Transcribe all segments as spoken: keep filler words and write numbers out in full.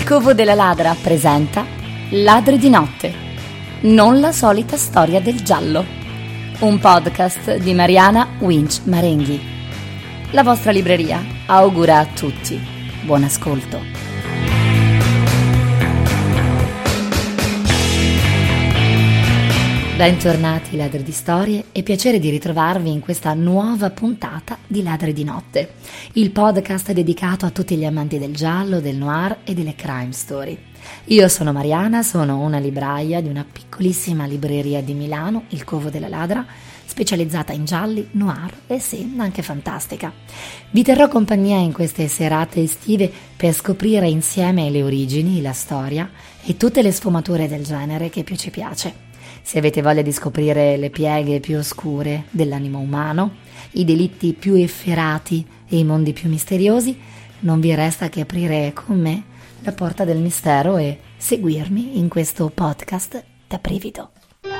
Covo della Ladra presenta Ladri di notte, non la solita storia del giallo. Un podcast di Mariana Winch Marenghi. La vostra libreria augura a tutti buon ascolto. Bentornati Ladri di Storie e piacere di ritrovarvi in questa nuova puntata di Ladri di Notte, il podcast dedicato a tutti gli amanti del giallo, del noir e delle crime story. Io sono Mariana, sono una libraia di una piccolissima libreria di Milano, il Covo della Ladra, specializzata in gialli, noir e sì, anche fantastica. Vi terrò compagnia in queste serate estive per scoprire insieme le origini, la storia e tutte le sfumature del genere che più ci piace. Se avete voglia di scoprire le pieghe più oscure dell'animo umano, i delitti più efferati e i mondi più misteriosi, non vi resta che aprire con me la porta del mistero e seguirmi in questo podcast da brivido.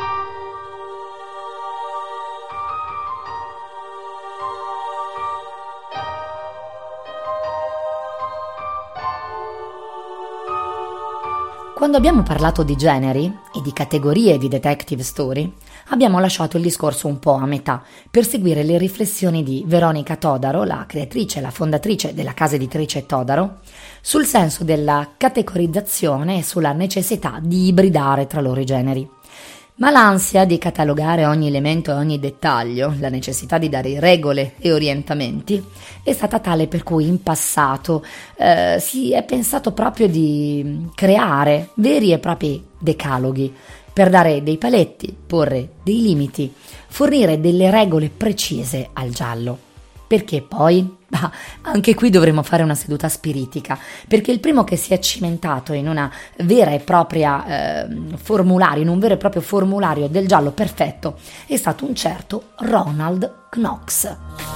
Quando abbiamo parlato di generi e di categorie di detective story, abbiamo lasciato il discorso un po' a metà per seguire le riflessioni di Veronica Todaro, la creatrice e la fondatrice della casa editrice Todaro, sul senso della categorizzazione e sulla necessità di ibridare tra loro i generi. Ma l'ansia di catalogare ogni elemento e ogni dettaglio, la necessità di dare regole e orientamenti, è stata tale per cui in passato eh, si è pensato proprio di creare veri e propri decaloghi per dare dei paletti, porre dei limiti, fornire delle regole precise al giallo. Perché poi? Bah, anche qui dovremmo fare una seduta spiritica, perché il primo che si è cimentato in una vera e propria eh, formulario, in un vero e proprio formulario del giallo perfetto, è stato un certo Ronald Knox.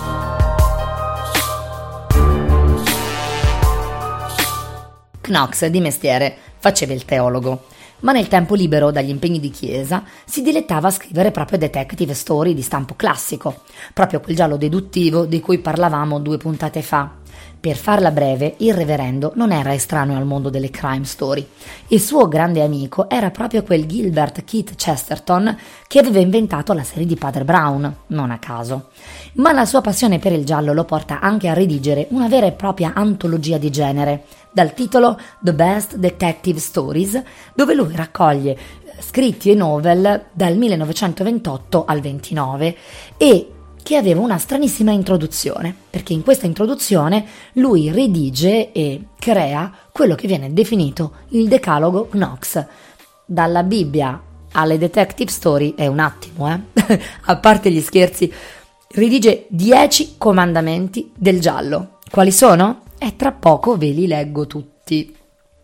Knox di mestiere faceva il teologo, ma nel tempo libero dagli impegni di chiesa si dilettava a scrivere proprio detective story di stampo classico, proprio quel giallo deduttivo di cui parlavamo due puntate fa. Per farla breve, il reverendo non era estraneo al mondo delle crime story. Il suo grande amico era proprio quel Gilbert Keith Chesterton che aveva inventato la serie di Padre Brown, non a caso. Ma la sua passione per il giallo lo porta anche a redigere una vera e propria antologia di genere, dal titolo The Best Detective Stories, dove lui raccoglie scritti e novel dal millenovecentoventotto al ventinove e che aveva una stranissima introduzione, perché in questa introduzione lui redige e crea quello che viene definito il decalogo Knox. Dalla Bibbia alle detective story è un attimo, eh? A parte gli scherzi, redige dieci comandamenti del giallo. Quali sono? E tra poco ve li leggo tutti.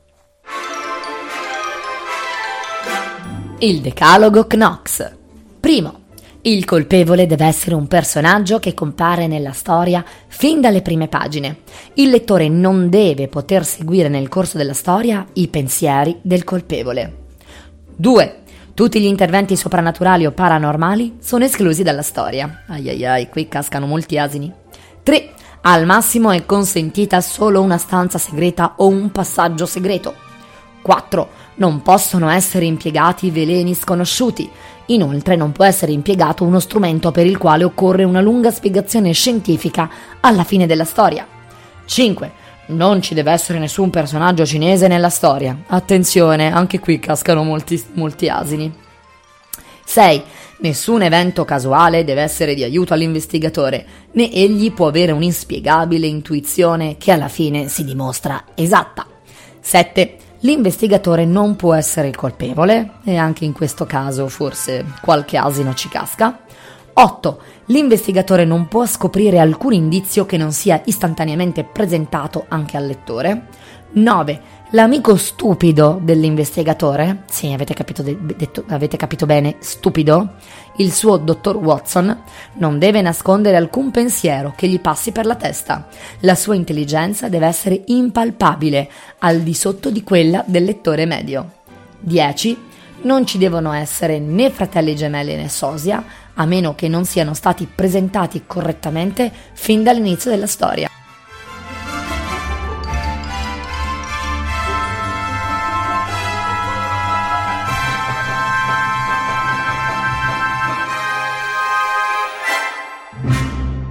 Il decalogo Knox. Primo. Il colpevole deve essere un personaggio che compare nella storia fin dalle prime pagine. Il lettore non deve poter seguire nel corso della storia i pensieri del colpevole. due. Tutti gli interventi soprannaturali o paranormali sono esclusi dalla storia. Ai ai ai, qui cascano molti asini. tre. Al massimo è consentita solo una stanza segreta o un passaggio segreto. quattro. Non possono essere impiegati veleni sconosciuti. Inoltre non può essere impiegato uno strumento per il quale occorre una lunga spiegazione scientifica alla fine della storia. cinque. Non ci deve essere nessun personaggio cinese nella storia. Attenzione, anche qui cascano molti, molti asini. sei. Nessun evento casuale deve essere di aiuto all'investigatore, né egli può avere un'inspiegabile intuizione che alla fine si dimostra esatta. sette. L'investigatore non può essere il colpevole, e anche in questo caso forse qualche asino ci casca. otto. L'investigatore non può scoprire alcun indizio che non sia istantaneamente presentato anche al lettore. nove. L'amico stupido dell'investigatore, sì, avete capito, de- detto, avete capito bene, stupido, il suo dottor Watson, non deve nascondere alcun pensiero che gli passi per la testa. La sua intelligenza deve essere impalpabile, al di sotto di quella del lettore medio. dieci. Non ci devono essere né fratelli gemelli né sosia, a meno che non siano stati presentati correttamente fin dall'inizio della storia.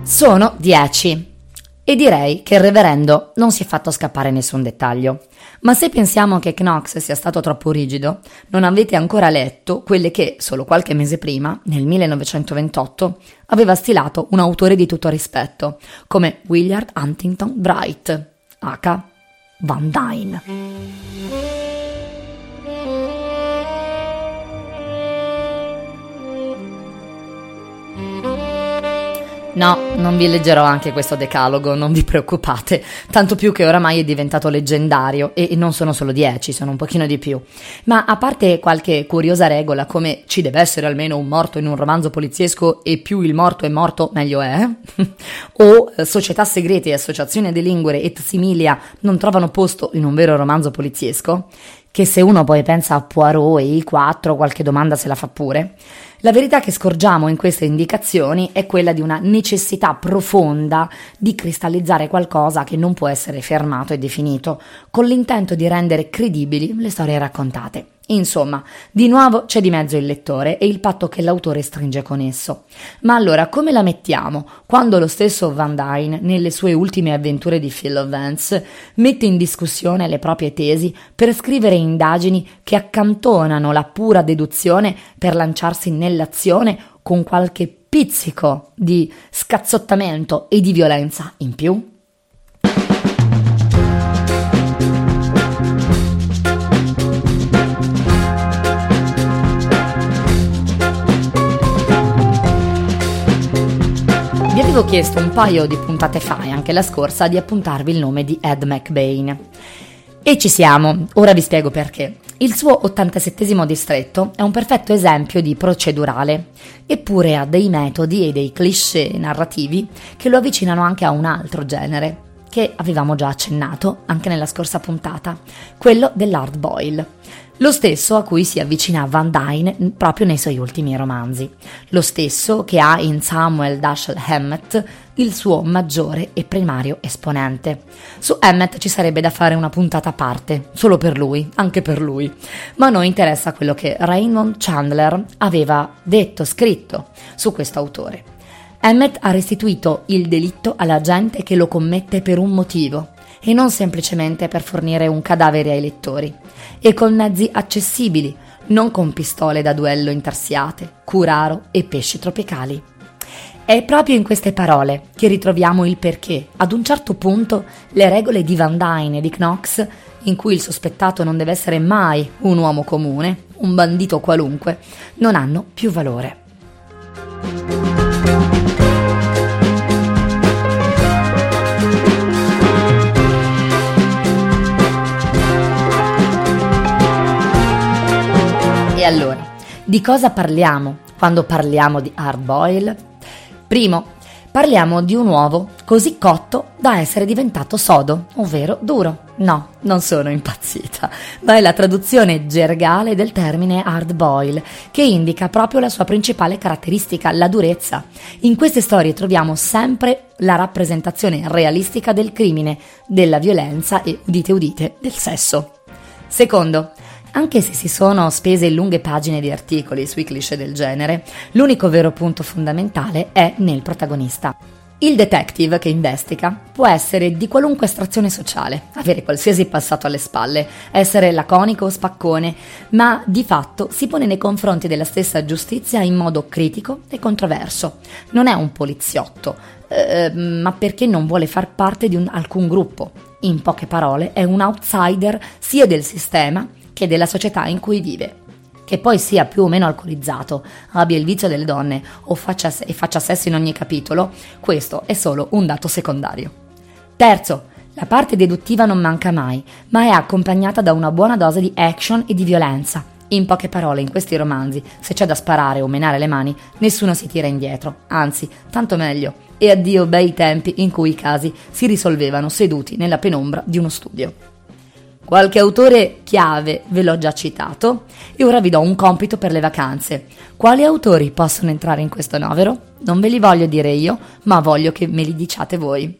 Sono dieci. E direi che il reverendo non si è fatto scappare nessun dettaglio. Ma se pensiamo che Knox sia stato troppo rigido, non avete ancora letto quelle che, solo qualche mese prima, nel millenovecentoventotto, aveva stilato un autore di tutto rispetto, come William Huntington Wright, aka Van Dyne. No, non vi leggerò anche questo decalogo, non vi preoccupate, tanto più che oramai è diventato leggendario e non sono solo dieci, sono un pochino di più. Ma a parte qualche curiosa regola come ci deve essere almeno un morto in un romanzo poliziesco e più il morto è morto meglio è, o società segrete e associazioni de linguere et similia non trovano posto in un vero romanzo poliziesco, che se uno poi pensa a Poirot e i quattro qualche domanda se la fa pure, la verità che scorgiamo in queste indicazioni è quella di una necessità profonda di cristallizzare qualcosa che non può essere fermato e definito, con l'intento di rendere credibili le storie raccontate. Insomma, di nuovo c'è di mezzo il lettore e il patto che l'autore stringe con esso. Ma allora come la mettiamo quando lo stesso Van Dyne, nelle sue ultime avventure di Phil of Vance, mette in discussione le proprie tesi per scrivere indagini che accantonano la pura deduzione per lanciarsi nell'azione con qualche pizzico di scazzottamento e di violenza in più? Vi avevo chiesto un paio di puntate fa e anche la scorsa di appuntarvi il nome di Ed McBain. E ci siamo, ora vi spiego perché. Il suo ottantasettesimo distretto è un perfetto esempio di procedurale, eppure ha dei metodi e dei cliché narrativi che lo avvicinano anche a un altro genere, che avevamo già accennato anche nella scorsa puntata, quello dell'hard boil. Lo stesso a cui si avvicina Van Dyne proprio nei suoi ultimi romanzi. Lo stesso che ha in Samuel Dashiell Hammett il suo maggiore e primario esponente. Su Hammett ci sarebbe da fare una puntata a parte, solo per lui, anche per lui. Ma a noi interessa quello che Raymond Chandler aveva detto, scritto su questo autore. Hammett ha restituito il delitto alla gente che lo commette per un motivo, e non semplicemente per fornire un cadavere ai lettori, e con mezzi accessibili, non con pistole da duello intarsiate, curaro e pesci tropicali. È proprio in queste parole che ritroviamo il perché, ad un certo punto, le regole di Van Dyne e di Knox, in cui il sospettato non deve essere mai un uomo comune, un bandito qualunque, non hanno più valore. E allora, di cosa parliamo quando parliamo di hard boil? Primo, parliamo di un uovo così cotto da essere diventato sodo, ovvero duro. No, non sono impazzita, ma è la traduzione gergale del termine hard boil, che indica proprio la sua principale caratteristica, la durezza. In queste storie troviamo sempre la rappresentazione realistica del crimine, della violenza e, udite udite, del sesso. Secondo, anche se si sono spese lunghe pagine di articoli sui cliché del genere, l'unico vero punto fondamentale è nel protagonista. Il detective che investiga può essere di qualunque estrazione sociale, avere qualsiasi passato alle spalle, essere laconico o spaccone, ma di fatto si pone nei confronti della stessa giustizia in modo critico e controverso. Non è un poliziotto, eh, ma perché non vuole far parte di un, alcun gruppo. In poche parole, è un outsider sia del sistema che della società in cui vive. Che poi sia più o meno alcolizzato, abbia il vizio delle donne o faccia e faccia sesso in ogni capitolo, questo è solo un dato secondario. Terzo, la parte deduttiva non manca mai, ma è accompagnata da una buona dose di action e di violenza. In poche parole, in questi romanzi, se c'è da sparare o menare le mani, nessuno si tira indietro, anzi, tanto meglio, e addio bei tempi in cui i casi si risolvevano seduti nella penombra di uno studio. Qualche autore chiave ve l'ho già citato e ora vi do un compito per le vacanze. Quali autori possono entrare in questo novero? Non ve li voglio dire io, ma voglio che me li diciate voi.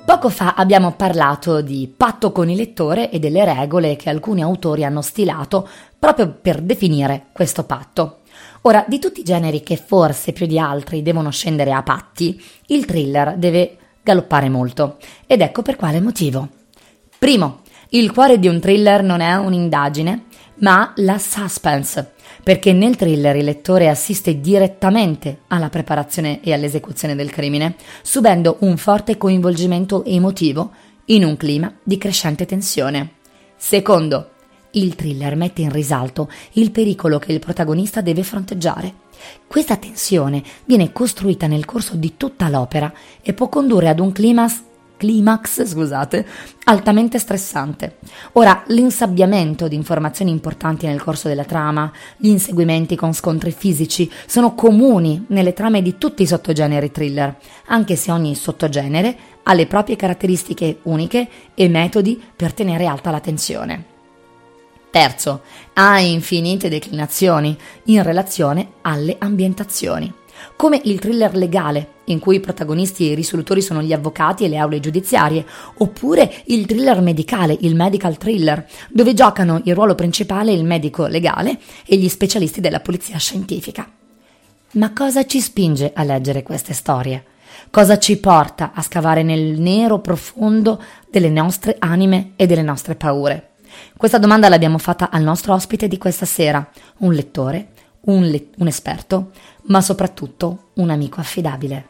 Poco fa abbiamo parlato di patto con il lettore e delle regole che alcuni autori hanno stilato proprio per definire questo patto. Ora, di tutti i generi che forse più di altri devono scendere a patti, il thriller deve galoppare molto. Ed ecco per quale motivo. Primo, il cuore di un thriller non è un'indagine, ma la suspense, perché nel thriller il lettore assiste direttamente alla preparazione e all'esecuzione del crimine, subendo un forte coinvolgimento emotivo in un clima di crescente tensione. Secondo, il thriller mette in risalto il pericolo che il protagonista deve fronteggiare. Questa tensione viene costruita nel corso di tutta l'opera e può condurre ad un climax climax, scusate, altamente stressante. Ora, l'insabbiamento di informazioni importanti nel corso della trama, gli inseguimenti con scontri fisici sono comuni nelle trame di tutti i sottogeneri thriller, anche se ogni sottogenere ha le proprie caratteristiche uniche e metodi per tenere alta la tensione. Terzo, ha infinite declinazioni in relazione alle ambientazioni. Come il thriller legale, in cui i protagonisti e i risolutori sono gli avvocati e le aule giudiziarie, oppure il thriller medicale, il medical thriller, dove giocano il ruolo principale il medico legale e gli specialisti della polizia scientifica. Ma cosa ci spinge a leggere queste storie? Cosa ci porta a scavare nel nero profondo delle nostre anime e delle nostre paure? Questa domanda l'abbiamo fatta al nostro ospite di questa sera, un lettore, un, le- un esperto, ma soprattutto un amico affidabile.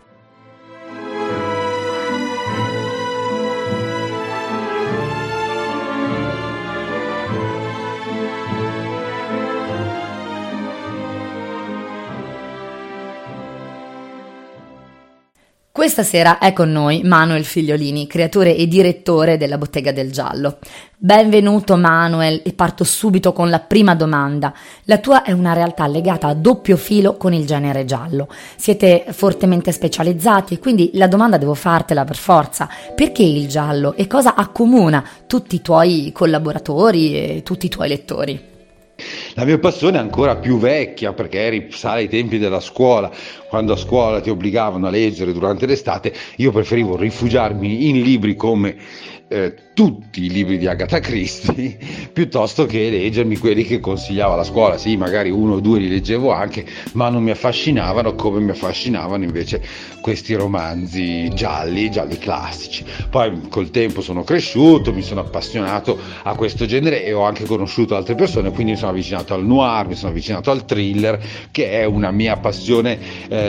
Questa sera è con noi Manuel Figliolini, creatore e direttore della Bottega del Giallo. Benvenuto Manuel, e parto subito con la prima domanda. La tua è una realtà legata a doppio filo con il genere giallo. Siete fortemente specializzati, quindi la domanda devo fartela per forza. Perché il giallo e cosa accomuna tutti i tuoi collaboratori e tutti i tuoi lettori? La mia passione è ancora più vecchia, perché risale ai tempi della scuola. Quando a scuola ti obbligavano a leggere durante l'estate, io preferivo rifugiarmi in libri come eh, tutti i libri di Agatha Christie piuttosto che leggermi quelli che consigliava la scuola. Sì, magari uno o due li leggevo anche, ma non mi affascinavano come mi affascinavano invece questi romanzi gialli, gialli classici. Poi col tempo sono cresciuto, mi sono appassionato a questo genere e ho anche conosciuto altre persone, quindi mi sono avvicinato al noir, mi sono avvicinato al thriller, che è una mia passione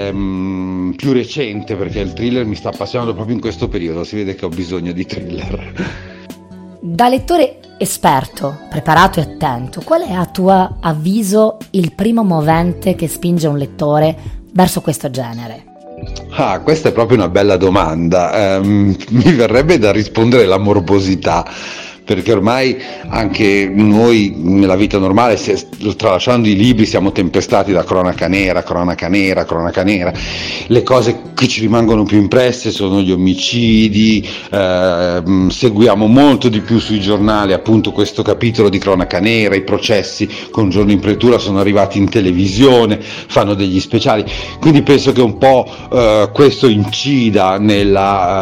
ehm, più recente, perché il thriller mi sta appassionando proprio in questo periodo. Si vede che ho bisogno di thriller. Da lettore esperto, preparato e attento, qual è a tuo avviso il primo movente che spinge un lettore verso questo genere? Ah, questa è proprio una bella domanda. Um, mi verrebbe da rispondere la morbosità, perché ormai anche noi nella vita normale, se, tralasciando i libri, siamo tempestati da cronaca nera, cronaca nera, cronaca nera. Le cose che ci rimangono più impresse sono gli omicidi, eh, seguiamo molto di più sui giornali appunto questo capitolo di cronaca nera, i processi con Giorno in Pretura sono arrivati in televisione, fanno degli speciali, quindi penso che un po' eh, questo incida nella...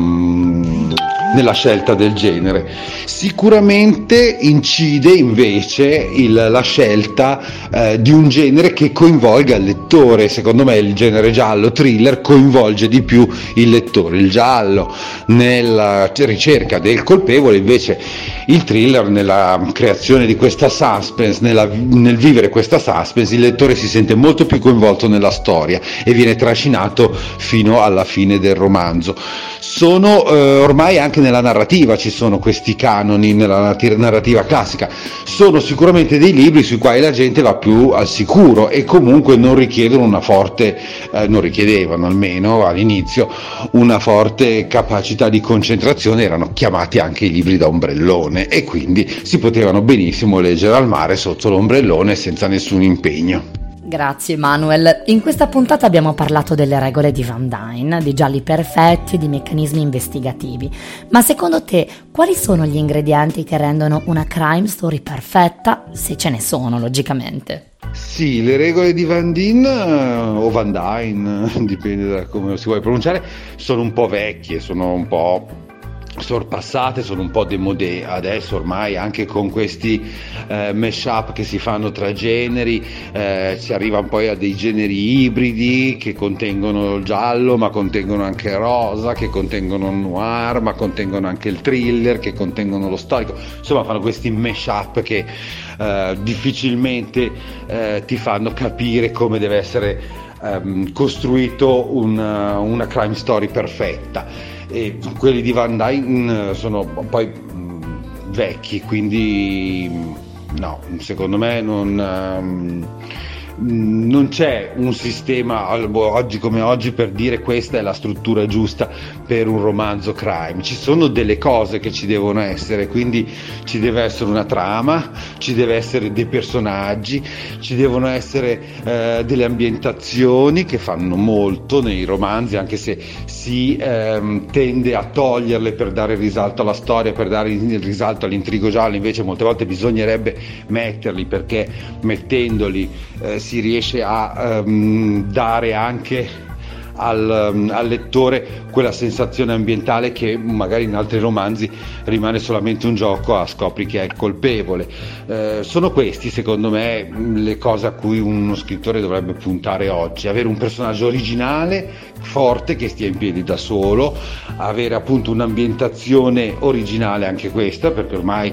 Um, nella scelta del genere. Sicuramente incide invece il, la scelta eh, di un genere che coinvolga il lettore. Secondo me il genere giallo thriller coinvolge di più il lettore. Il giallo nella ricerca del colpevole, invece il thriller nella creazione di questa suspense, nella, nel vivere questa suspense, il lettore si sente molto più coinvolto nella storia e viene trascinato fino alla fine del romanzo. Sono eh, ormai anche nella narrativa ci sono questi canoni nella narrativa classica, sono sicuramente dei libri sui quali la gente va più al sicuro e comunque non richiedono una forte, eh, non richiedevano almeno all'inizio una forte capacità di concentrazione, erano chiamati anche i libri da ombrellone e quindi si potevano benissimo leggere al mare sotto l'ombrellone senza nessun impegno. Grazie Manuel. In questa puntata abbiamo parlato delle regole di Van Dine, di gialli perfetti e di meccanismi investigativi. Ma secondo te quali sono gli ingredienti che rendono una crime story perfetta, se ce ne sono logicamente? Sì, le regole di Van Dine o Van Dine, dipende da come si vuole pronunciare, sono un po' vecchie, sono un po' sorpassate, sono un po' démodé adesso ormai, anche con questi eh, mash-up che si fanno tra generi, eh, si arriva poi a dei generi ibridi che contengono il giallo ma contengono anche il rosa, che contengono il noir ma contengono anche il thriller, che contengono lo storico, insomma fanno questi mash-up che eh, difficilmente eh, ti fanno capire come deve essere ehm, costruito una, una crime story perfetta. E quelli di Van Dine sono poi mh, vecchi, quindi no, secondo me non, um, non c'è un sistema oggi come oggi per dire questa è la struttura giusta per un romanzo crime. Ci sono delle cose che ci devono essere, quindi ci deve essere una trama, ci deve essere dei personaggi, ci devono essere eh, delle ambientazioni che fanno molto nei romanzi, anche se si ehm, tende a toglierle per dare risalto alla storia, per dare il risalto all'intrigo giallo. Invece molte volte bisognerebbe metterli, perché mettendoli eh, si riesce a um, dare anche al, um, al lettore quella sensazione ambientale che magari in altri romanzi rimane solamente un gioco a scopri chi è il colpevole. Eh, sono questi secondo me le cose a cui uno scrittore dovrebbe puntare oggi: avere un personaggio originale, forte, che stia in piedi da solo, avere appunto un'ambientazione originale, anche questa, perché ormai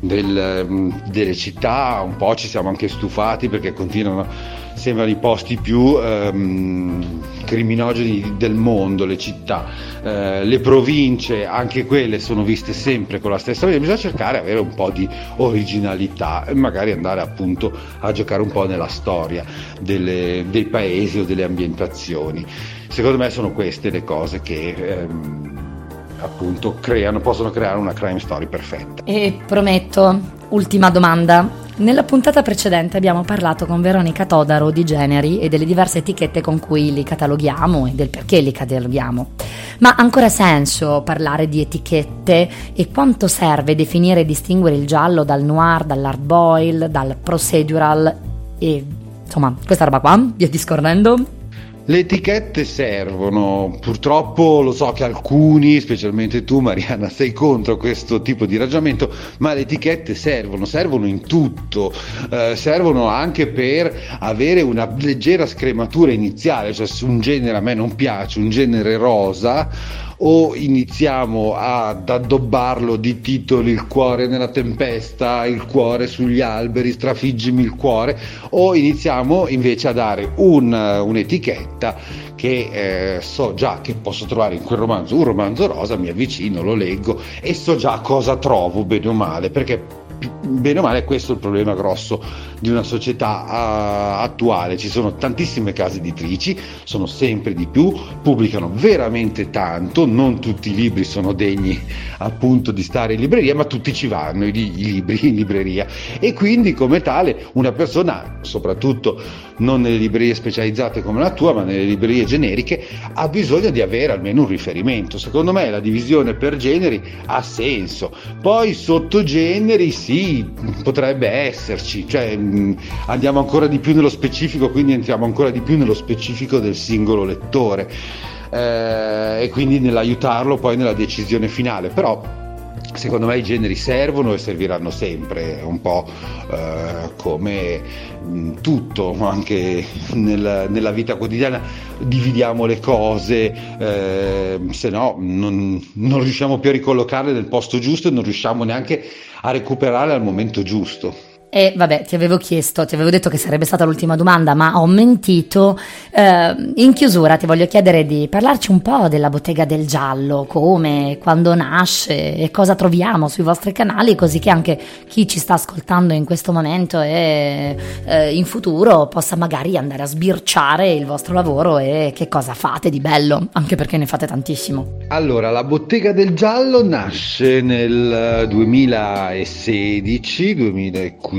del, delle città un po' ci siamo anche stufati, perché continuano, sembrano i posti più ehm, criminogeni del mondo, le città, eh, le province, anche quelle sono viste sempre con la stessa via. Bisogna cercare di avere un po' di originalità e magari andare appunto a giocare un po' nella storia delle, dei paesi o delle ambientazioni. Secondo me sono queste le cose che ehm, appunto creano, possono creare una crime story perfetta. E prometto, ultima domanda. Nella puntata precedente abbiamo parlato con Veronica Todaro di generi e delle diverse etichette con cui li cataloghiamo e del perché li cataloghiamo. Ma ha ancora senso parlare di etichette e quanto serve definire e distinguere il giallo dal noir, dall'hard boil, dal procedural e insomma questa roba qua, via discorrendo? Le etichette servono, purtroppo lo so che alcuni, specialmente tu Mariana, sei contro questo tipo di ragionamento, ma le etichette servono, servono in tutto, eh, servono anche per avere una leggera scrematura iniziale, cioè se un genere a me non piace, un genere rosa, o iniziamo ad addobbarlo di titoli: il cuore nella tempesta, il cuore sugli alberi, strafiggimi il cuore, o iniziamo invece a dare un, un'etichetta che eh, so già che posso trovare in quel romanzo, un romanzo rosa, mi avvicino, lo leggo e so già cosa trovo, bene o male, perché bene o male questo è il problema grosso di una società uh, attuale. Ci sono tantissime case editrici, sono sempre di più, pubblicano veramente tanto, non tutti i libri sono degni appunto di stare in libreria, ma tutti ci vanno i, i libri in libreria, e quindi come tale una persona, soprattutto non nelle librerie specializzate come la tua, ma nelle librerie generiche, ha bisogno di avere almeno un riferimento. Secondo me la divisione per generi ha senso, poi sottogeneri sì, potrebbe esserci, cioè mh, andiamo ancora di più nello specifico, quindi entriamo ancora di più nello specifico del singolo lettore eh, e quindi nell'aiutarlo poi nella decisione finale. Però secondo me i generi servono e serviranno sempre, un po' eh, come mh, tutto, anche nel, nella vita quotidiana dividiamo le cose, eh, se no non, non riusciamo più a ricollocarle nel posto giusto e non riusciamo neanche a recuperarle al momento giusto. E vabbè, ti avevo chiesto, ti avevo detto che sarebbe stata l'ultima domanda, ma ho mentito. Eh, in chiusura ti voglio chiedere di parlarci un po' della Bottega del Giallo, come, quando nasce e cosa troviamo sui vostri canali, così che anche chi ci sta ascoltando in questo momento e eh, in futuro possa magari andare a sbirciare il vostro lavoro e che cosa fate di bello, anche perché ne fate tantissimo. Allora, la Bottega del Giallo nasce nel duemilasedici duemilaquindici,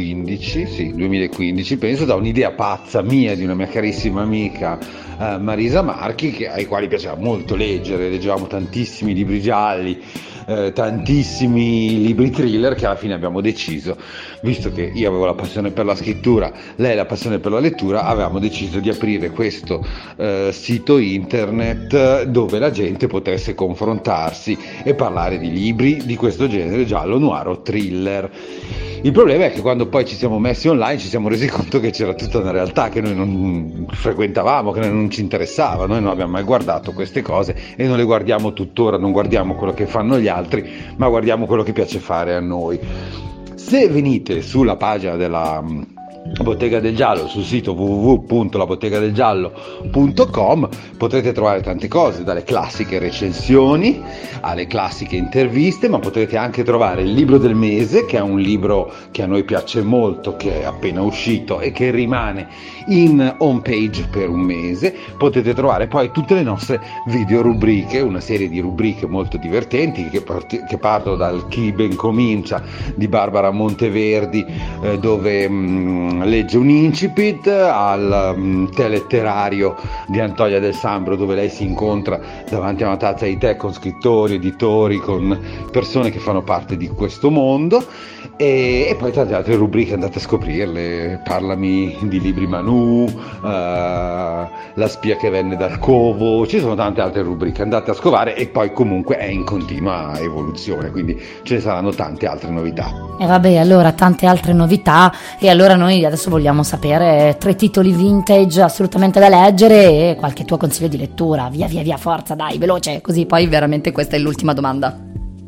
duemilaquindici, sì, duemilaquindici penso, da un'idea pazza mia di una mia carissima amica eh, Marisa Marchi, che, ai quali piaceva molto leggere, leggevamo tantissimi libri gialli, eh, tantissimi libri thriller, che alla fine abbiamo deciso, visto che io avevo la passione per la scrittura, lei la passione per la lettura, avevamo deciso di aprire questo eh, sito internet dove la gente potesse confrontarsi e parlare di libri di questo genere, giallo, noir o thriller. Il problema è che quando poi ci siamo messi online ci siamo resi conto che c'era tutta una realtà che noi non frequentavamo, che noi non ci interessava, noi non abbiamo mai guardato queste cose e non le guardiamo tuttora, non guardiamo quello che fanno gli altri, ma guardiamo quello che piace fare a noi. Se venite sulla pagina della Bottega del Giallo, sul sito w w w punto la bottega del giallo punto com, potrete trovare tante cose, dalle classiche recensioni alle classiche interviste, ma potrete anche trovare il libro del mese, che è un libro che a noi piace molto, che è appena uscito e che rimane in home page per un mese. Potete trovare poi tutte le nostre video rubriche, una serie di rubriche molto divertenti che, part- che partono dal Chi ben comincia di Barbara Monteverdi, eh, dove mh, legge un incipit, al um, teletterario di Antonia del Sambro, dove lei si incontra davanti a una tazza di tè con scrittori, editori, con persone che fanno parte di questo mondo, e, e poi tante altre rubriche, andate a scoprirle. Parlami di libri Manù, uh, La spia che venne dal covo, ci sono tante altre rubriche, andate a scovare, e poi comunque è in continua evoluzione, quindi ce ne saranno tante altre novità. E vabbè, allora tante altre novità, e allora noi adesso vogliamo sapere tre titoli vintage assolutamente da leggere e qualche tuo consiglio di lettura. Via via via, forza, dai, veloce, così poi veramente questa è l'ultima domanda.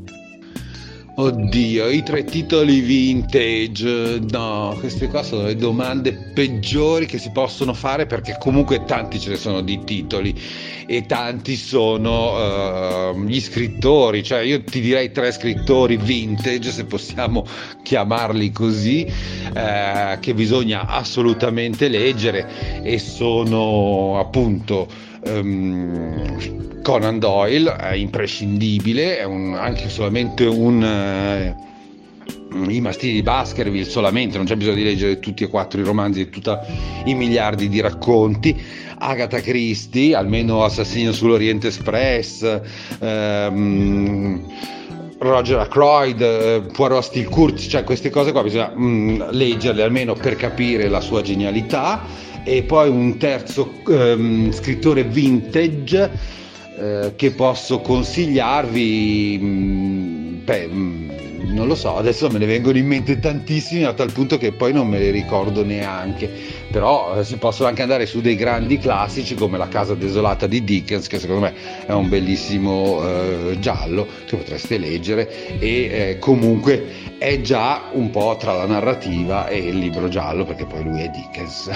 Oddio, i tre titoli vintage, no, queste qua sono le domande peggiori che si possono fare, perché comunque tanti ce ne sono di titoli e tanti sono uh, gli scrittori, cioè io ti direi tre scrittori vintage, se possiamo chiamarli così, eh, che bisogna assolutamente leggere, e sono appunto um, Conan Doyle, è imprescindibile, è un, anche solamente un eh, I mastini di Baskerville, solamente, non c'è bisogno di leggere tutti e quattro i romanzi e tutti i miliardi di racconti. Agatha Christie, almeno Assassino sull'Oriente Express, ehm, Roger Ackroyd, eh, Poirot Stillkurt, cioè queste cose qua bisogna mh, leggerle almeno per capire la sua genialità. E poi un terzo ehm, scrittore vintage eh, che posso consigliarvi, mh, beh, mh, non lo so, adesso me ne vengono in mente tantissimi, a tal punto che poi non me li ricordo neanche, però eh, si possono anche andare su dei grandi classici come La casa desolata di Dickens, che secondo me è un bellissimo eh, giallo che potreste leggere, e eh, comunque è già un po' tra la narrativa e il libro giallo, perché poi lui è Dickens.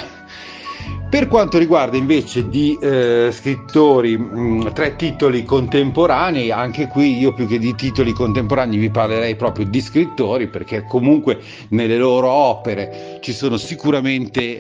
Per quanto riguarda invece di eh, scrittori, mh, tre titoli contemporanei, anche qui io più che di titoli contemporanei vi parlerei proprio di scrittori, perché comunque nelle loro opere ci sono sicuramente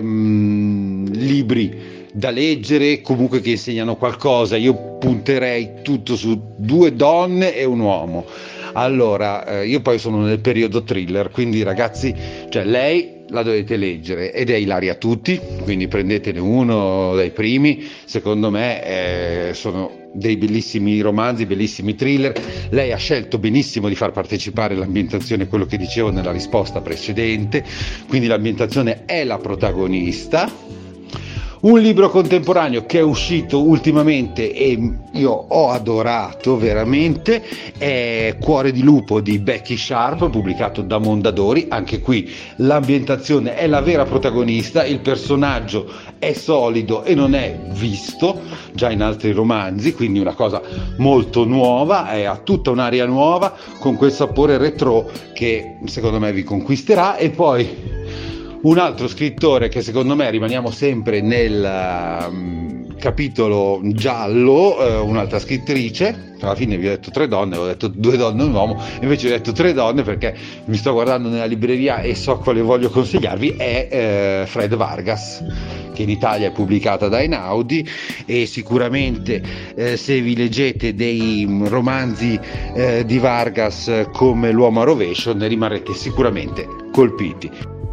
ehm, libri da leggere, comunque che insegnano qualcosa. Io punterei tutto su due donne e un uomo. Allora, eh, io poi sono nel periodo thriller, quindi ragazzi, cioè lei la dovete leggere ed è Ilaria Tutti, quindi prendetene uno dai primi, secondo me eh, sono dei bellissimi romanzi, bellissimi thriller. Lei ha scelto benissimo di far partecipare l'ambientazione, quello che dicevo nella risposta precedente, quindi l'ambientazione è la protagonista. Un libro contemporaneo che è uscito ultimamente e io ho adorato veramente è Cuore di lupo di Becky Sharp, pubblicato da Mondadori. Anche qui l'ambientazione è la vera protagonista, il personaggio è solido e non è visto già in altri romanzi, quindi una cosa molto nuova, è, ha tutta un'aria nuova con quel sapore retro che secondo me vi conquisterà. E poi un altro scrittore che secondo me, rimaniamo sempre nel um, capitolo giallo, uh, un'altra scrittrice, alla fine vi ho detto tre donne, ho detto due donne e un uomo, invece ho detto tre donne perché mi sto guardando nella libreria e so quale voglio consigliarvi, è uh, Fred Vargas, che in Italia è pubblicata da Einaudi, e sicuramente eh, se vi leggete dei romanzi eh, di Vargas come L'uomo a rovescio ne rimarrete sicuramente colpiti.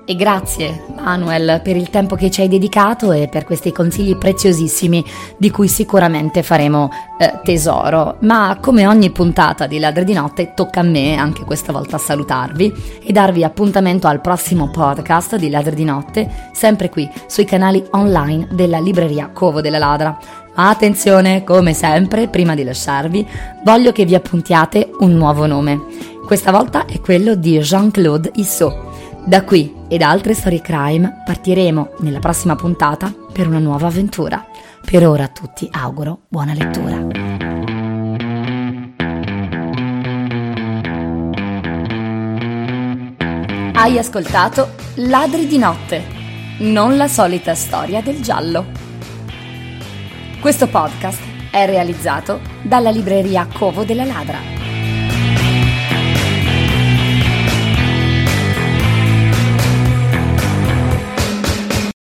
E grazie Manuel per il tempo che ci hai dedicato e per questi consigli preziosissimi di cui sicuramente faremo eh, tesoro. Ma come ogni puntata di Ladri di Notte tocca a me anche questa volta salutarvi e darvi appuntamento al prossimo podcast di Ladri di Notte, sempre qui sui canali online della libreria Covo della Ladra. Ma attenzione, come sempre, prima di lasciarvi voglio che vi appuntiate un nuovo nome. Questa volta è quello di Jean-Claude Issot. Da qui e da altre storie crime partiremo nella prossima puntata per una nuova avventura. Per ora a tutti auguro buona lettura. Hai ascoltato Ladri di Notte, non la solita storia del giallo. Questo podcast è realizzato dalla libreria Covo della Ladra.